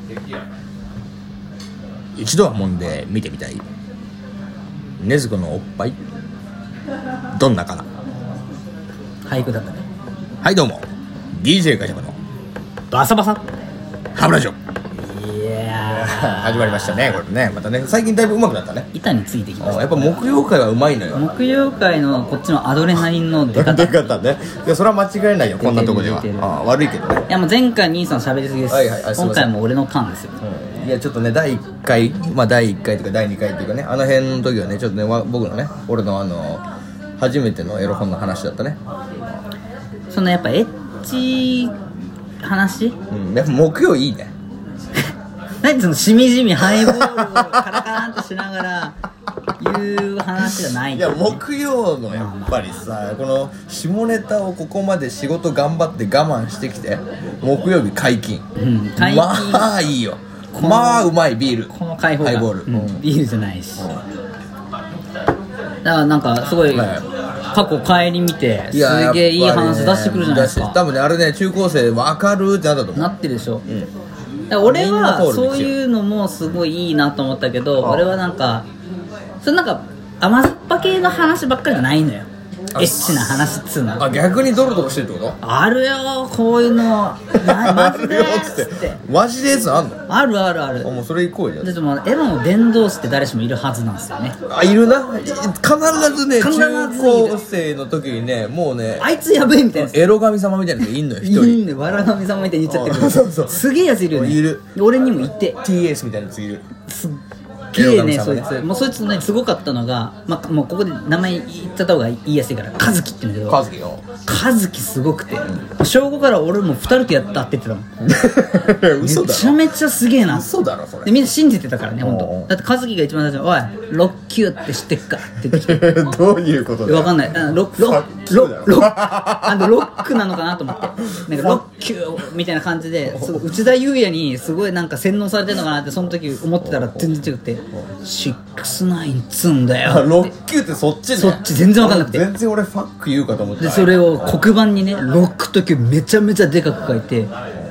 一度は揉んで見てみたい禰豆子のおっぱいどんなかな。 俳句だったね。 はいどうも DJ ガチャバのバサバサ。 ハブラジオいや始まりましたね。これねまたね最近だいぶ上手くなったね。 板についてきました。 やっぱ木曜会はうまいのよ。 木曜会のこっちのアドレナリンの出方出方ね。いやそれは間違いないよこんなとこでは。悪いけどね。 いやもう前回兄さん喋りすぎです、 はいはいはい、 今回も俺のターンですよ、 いやちょっとね第1回まあ第1回とか第2回というかねあの辺の時はねちょっとね僕のね俺の初めてのエロ本の話だったね。 そのやっぱエッチ話、 やっぱ木曜いいね。 何そのしみじみハイボールをカラカランとしながら言う話じゃない。 いや木曜のやっぱりさこの下ネタをここまで仕事頑張って我慢してきて木曜日解禁、 解禁まあいいよ。まあうまいビールこの解放感ハイボール、 ビールじゃないし、だからなんかすごい、過去顧みてすげえいい話出してくるじゃないですか。 多分ねあれね中高生分かるってなったと思う。 なってるでしょ、だから俺はそういうのもすごいいいなと思ったけど、俺はなんかそれなんか甘酸っぱ系の話ばっかりじゃないのよ。エッチな話っつうのは。 逆にドロドロしてるってこと？ あるよこういうのマジでっつってマジでやつあんの？ あるあるある。 もうそれ行こうよ。 でもエロの伝道師って誰しもいるはずなんですよね。 いるな。必ずね必ず中高生の時にねもうねあいつやべえみたいなエロ神様みたいなのがいんのよ一人。 いんねわら神様みたいに言っちゃってるけどそうすげえやついるよね。 いる。 俺にもいて TS みたいなやついる。 すっげえねそいつ。もうそいつねすごかったのが、もうここで名前言っちゃった方が言いやすいからカズキって言うんだけど、カズキすごくて、小5から俺も2人とやったって言ってたもん。 嘘だろ。 めちゃめちゃすげえな。 嘘だろそれ。 でみんな信じてたからね本当。だってカズキが一番最初におい6級って知ってっかって言ってきてどういうことだよ。 わかんない。ロックなのかなと思ってなんかロッキューみたいな感じで内田裕也にすごいなんか洗脳されてるのかなってその時思ってたら全然違って6-9つんだよ。 ロッキューってそっちね。 そっち全然わかんなくて全然俺ファック言うかと思ってでそれを黒板にね6と9めちゃめちゃでかく書いて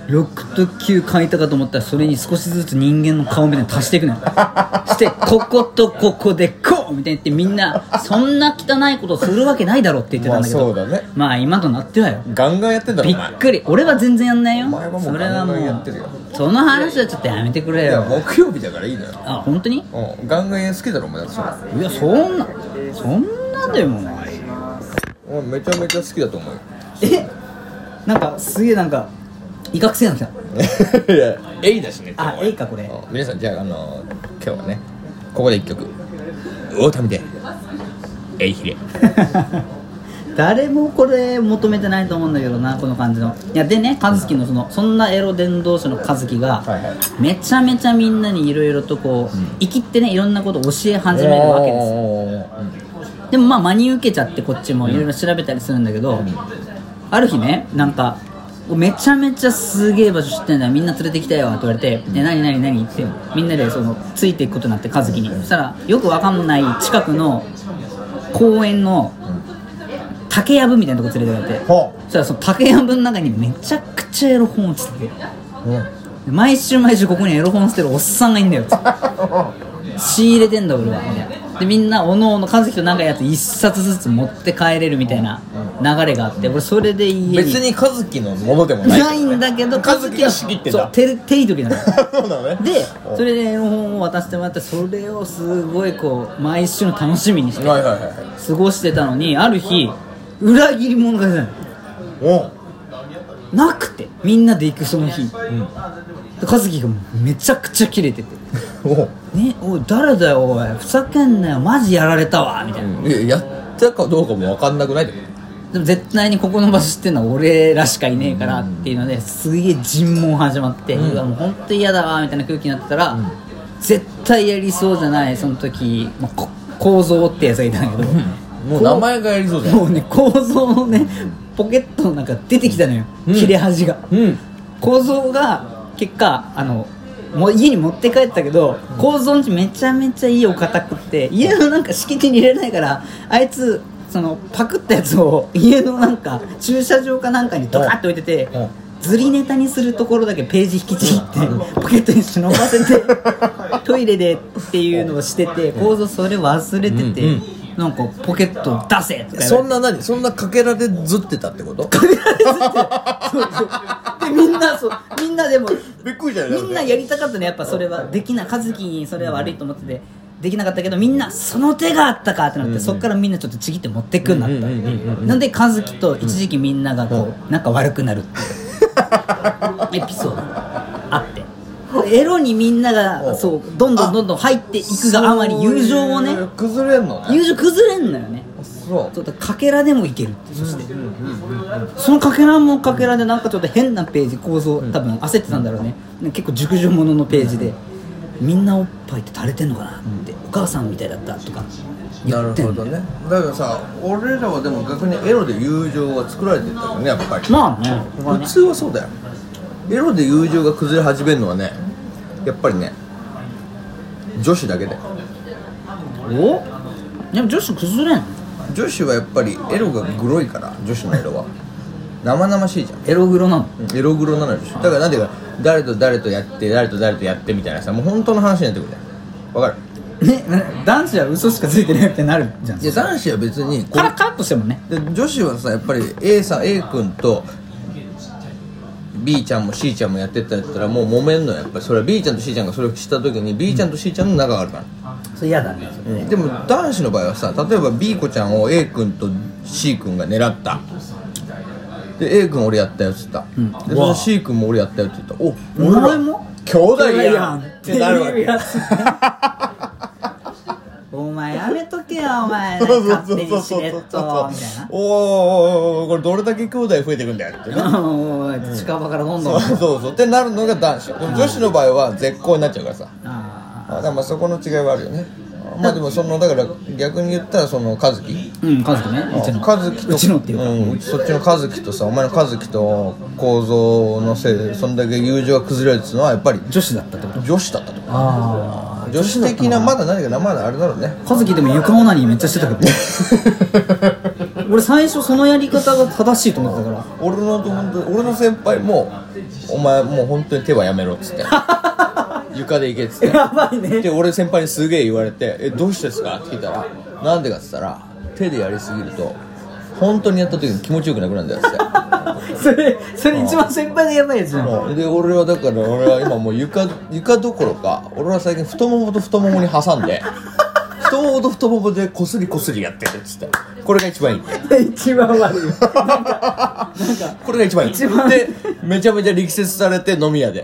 6と9書いたかと思ったらそれに少しずつ人間の顔みたいなの足していくのよしてこことここでこうみたいに言ってみんなそんな汚いことするわけないだろって言ってたんだけど、 そうだね。 まあ今となってはよガンガンやってんだろびっくり。俺は全然やんないよ。 お前はもうそれはもガンガンやってるよ。 その話はちょっとやめてくれいやよ。 木曜日だからいいのよ。 あ本当に？ ガンガン好きだろお前だってそれ。 いやそんなでもない。 めちゃめちゃ好きだと思うよ。 なんかすげえなんか威嚇性なんだよ。 いやエイだしね。 あエイかこれ。 皆さんじゃあ今日はねここで一曲大民でエイヒレ。 誰もこれ求めてないと思うんだけどなこの感じの。いやでね和樹のそんなエロ伝道師の和樹が、めちゃめちゃみんなにいろいろとこう生きってねいろんなことを教え始めるわけですよ。でもまあ真に受けちゃってこっちもいろいろ調べたりするんだけど、ある日ねなんかめちゃめちゃすげえ場所知ってんだよみんな連れてきたよって言われて何ってみんなでついていくことになって和樹に。そしたらよくわかんない近くの公園の竹やぶみたいなとこ連れてかれて、そしたらその竹やぶの中にめちゃくちゃエロ本落ちてて、毎週ここにエロ本捨てるおっさんがいんだよ仕入れてんだ俺はみたいな。でみんなおのおの和樹と仲いいやつ1冊ずつ持って帰れるみたいな流れがあって、俺それで家に別に和樹のものでもないんだけど和樹が仕切ってんだ。 そうテリトリーなのそうなのね。 でそれでエロ本を渡してもらってそれをすごいこう毎週の楽しみにして過ごしてたのに、ある日裏切り者が出たのなくてみんなで行くその日、和樹がめちゃくちゃキレててね、おい誰だよおいふざけんなよマジやられたわみたいな、 やったかどうかも分かんなくない？ でも絶対にここの場所知ってるのは俺らしかいねえからっていうのですげえ尋問始まって、うわもう本当に嫌だわみたいな空気になってたら、絶対やりそうじゃないその時、構造ってやつがいたんだけど、 もう名前がやりそうだよ。 もうね構造のねポケットの中出てきたのよ、切れ端が、構造が結果もう家に持って帰ったけど、構造んちめちゃめちゃ家を固くって家のなんか敷地に入れれないから、あいつそのパクったやつを家のなんか駐車場かなんかにドカッと置いてて、 ずりネタにするところだけページ引きちぎってポケットに忍ばせてトイレでっていうのをしてて、構造それ忘れてて、なんかポケット出せとかそんなかけらでずってたってこと？ かけられずってでみんなでもびっくりじゃない？ みんなやりたかったね。やっぱそれはできな和樹にそれは悪いと思っててできなかったけど、みんなその手があったかってなって、そっからみんなちょっとちぎって持ってくんなった。なんで和樹と一時期みんながこう仲悪くなるっていうエピソードがあって、エロにみんながそうどんどん入っていくがあまり友情をね崩れんのね。 友情崩れんのよね。そうだかけらでもいけるって。そしてそのかけらもかけらでなんかちょっと変なページ構造多分焦ってたんだろうね。結構熟女もののページでみんなおっぱいって垂れてんのかなって、お母さんみたいだったとか言ってんの。 なるほどね。だからさ、俺らはでも逆にエロで友情が作られてたよね、やっぱり。 まあね、 普通はそうだよ。エロで友情が崩れ始めるのはね、やっぱりね、女子だけで。 お？でも女子崩れんの？ 女子はやっぱりエロがグロいから、女子のエロは生々しいじゃん。 エログロなの？ エログロなのでしょ。だからなんでか、誰と誰とやって誰と誰とやってみたいなさ、もう本当の話になってくるじゃん。わかる？ ね、男子は嘘しかついてないってなるじゃん。 いや男子は別にカラッとしてもね。 で女子はさやっぱり A 君と B ちゃんも C ちゃんもやってったやったらもう揉めんのよ。やっぱりそれは B ちゃんと C ちゃんがそれをした時に B ちゃんと C ちゃんの仲があるから、 それ嫌だね、それね。 でも男子の場合はさ、例えば B 子ちゃんを A 君と C 君が狙った。で A 君俺やったよっつった、でその C 君も俺やったよって言ったら、 お前も兄弟やんってなるわけ。 お前やめとけよお前、勝手にしれっとみたいな。 おーこれどれだけ兄弟増えてくんだよってね。 おい近場からどんどんそうってなるのが男子。でも女子の場合は絶好になっちゃうからさ。だからまあそこの違いはあるよね。まあでもそのだから逆に言ったらその和樹、 和樹ね、うちの和樹とうちのっていうか、 そっちの和樹とさ、お前の和樹と構造のせいでそんだけ友情が崩れるっていうのはやっぱり女子だったってこと？ 女子だったってこと。 ああ、 女子的なまだ何かまだあれだろうね。 和樹でも床オナニーめっちゃしてたけど俺最初そのやり方が正しいと思ってたから。 俺の先輩もお前もう本当に手はやめろっつって床で行けっつってやばいね。 で俺先輩にすげえ言われてどうしてですかって聞いたら、なんでかっつったら手でやりすぎると本当にやった時に気持ちよくなくなるんだよっつってそれ一番先輩でやばいやつじゃん。 で俺は今もう床どころか俺は最近太ももと太ももに挟んで太ももと太ももでこすりやってるっつって、これが一番いい一番悪いなんかこれが一番いいでめちゃめちゃ力説されて飲み屋で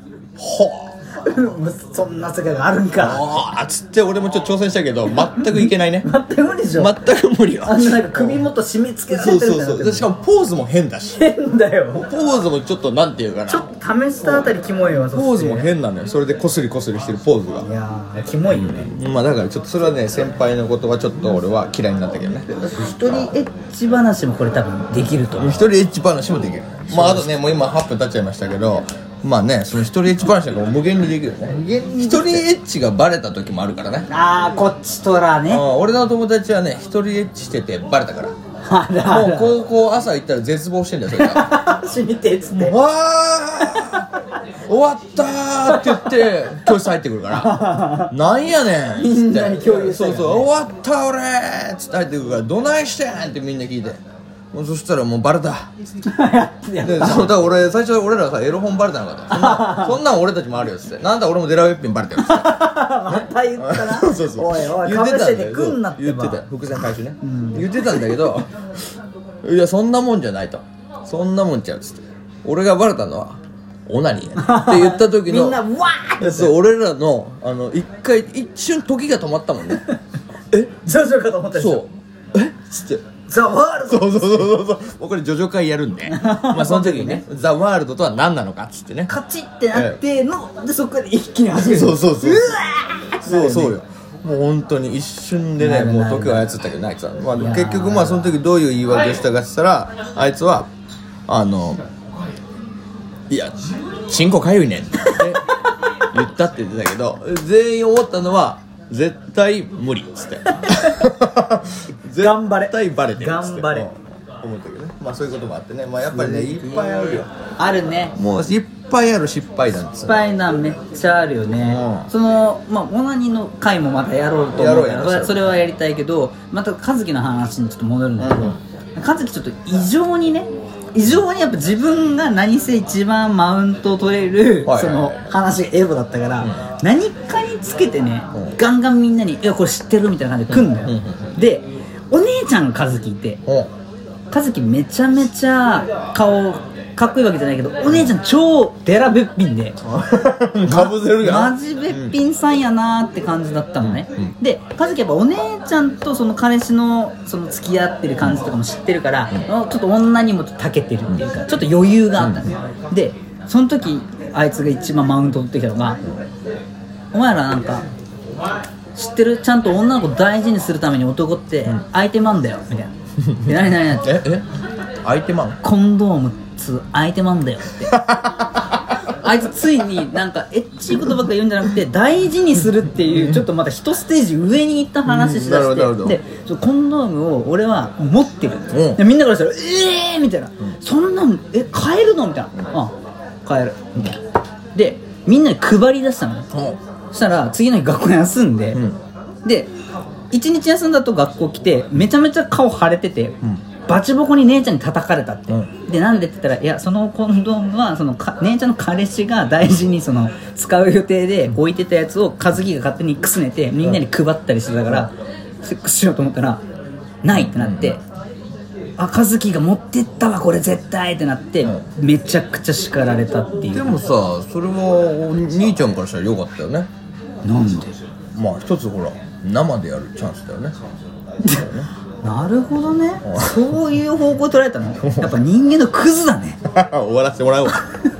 そんな世界があるんかあっつって俺もちょっと挑戦したけど全くいけないね。 全く無理でしょ。 全く無理よ。 あんななんか首元締め付けられてるみたいな。 でしかもポーズも変だし、 変だよ。 ポーズもちょっとなんていうかな、 ちょっと試したあたりキモいわ。 ポーズも変なのよ。それでこすりしてるポーズがいやーキモいよね。 まあだからちょっとそれはね、先輩のことはちょっと俺は嫌いになったけどね。 一人エッチ話もこれ多分できると思う。 一人エッチ話もできる。まああとね、もう今8分経っちゃいましたけど、まあね、その一人エッチ話なんかも無限にできるよね。一人エッチがバレた時もあるからね。 あーこっちとらね。 俺の友達はね、一人エッチしててバレたからあらもう高校朝行ったら絶望してんだよそれが死にてっつってわー終わったーって言って教室入ってくるからなんやねんみんなに共有したからね。 そう終わった俺ーっつって入ってくるからどないしてんってみんな聞いて、もうそしたらもうバレたでそうだから最初俺らさエロ本バレたのかとそんなん俺たちもあるよっつって、なんだ俺もデラウェッピンバレてるっつってまた言ったなそうおいおい言ってたんだよ。 被せてくんなってば言ってた伏線回収ね、言ってたんだけどいやそんなもんじゃないと、そんなもんちゃうっつって、俺がバレたのはオナニーやって言った時のみんなわーってそう俺らの一瞬時が止まったもんねジョジョかと思ったでしょ。 そうっつってザ・ワールドそうもうこれジョジョ会やるんでまあその時にねザ・ワールドとは何なのかっつってねカチッてなってのでそこから一気に始める。 そううわーそうよ。もう本当に一瞬でね、もう時を操ったけどね、あいつは、まあ、 いやー結局まあその時どういう言い訳をしたかって言ったら、あいつはいやチンコかゆいねんって言ったって言ってたけど、全員思ったのは絶対無理っつって頑張れ絶対バレてるっつって頑張れ思ったけどね。 まあそういうこともあってね、まあやっぱりねいっぱいあるよ。 あるね。 もういっぱいある失敗談。 失敗談めっちゃあるよね。そのまあオナニーの回もまたやろうと思うからそれはやりたいけど、また和樹の話にちょっと戻るんだけど、和樹ちょっと異常にやっぱ自分が何せ一番マウントを取れるその話がエロだったから、何かにつけてね、ガンガンみんなに「いやこれ知ってる」みたいな感じで来んだよ。でお姉ちゃん和樹いて、和樹めちゃめちゃ顔かっこいいわけじゃないけど、お姉ちゃん超デラべっぴんでかぶせるやん。 マジべっぴんさんやなーって感じだったのね。で和樹やっぱお姉ちゃんとその彼氏のその付き合ってる感じとかも知ってるから、ちょっと女にも長けてるっていうかちょっと余裕があったの。でその時あいつが一番マウント取ってきたのが「お前らなんか知ってる？ちゃんと女の子大事にするために男ってアイテムあんだよ」みたいな。何えアイテムあん？ コンドームアイテムあんだよってあいつついになんかエッチいことばっか言うんじゃなくて大事にするっていうちょっとまた一ステージ上に行った話しだして、でコンドームを俺は持ってる、でみんなからしたらみたいな、そんなん買えるのみたいな、買えるみたいなでみんなに配り出したのね。そしたら次の日学校休んで、で1日休んだと学校来てめちゃめちゃ顔腫れてて、バチボコに姉ちゃんに叩かれたって、でなんでって言ったら、いやそのコンドームはその姉ちゃんの彼氏が大事にその使う予定で置いてたやつを和樹が勝手にくすねてみんなに配ったりしてたから、セックスしようと思ったらないってなって、和樹が持ってったわこれ絶対ってなって、めちゃくちゃ叱られたっていう。 でもさそれはお兄ちゃんからしたらよかったよね。 なんで？ まあ一つほら生でやるチャンスだよね。 なるほどね、そういう方向取られたの。やっぱ人間のクズだね終わらせてもらうわ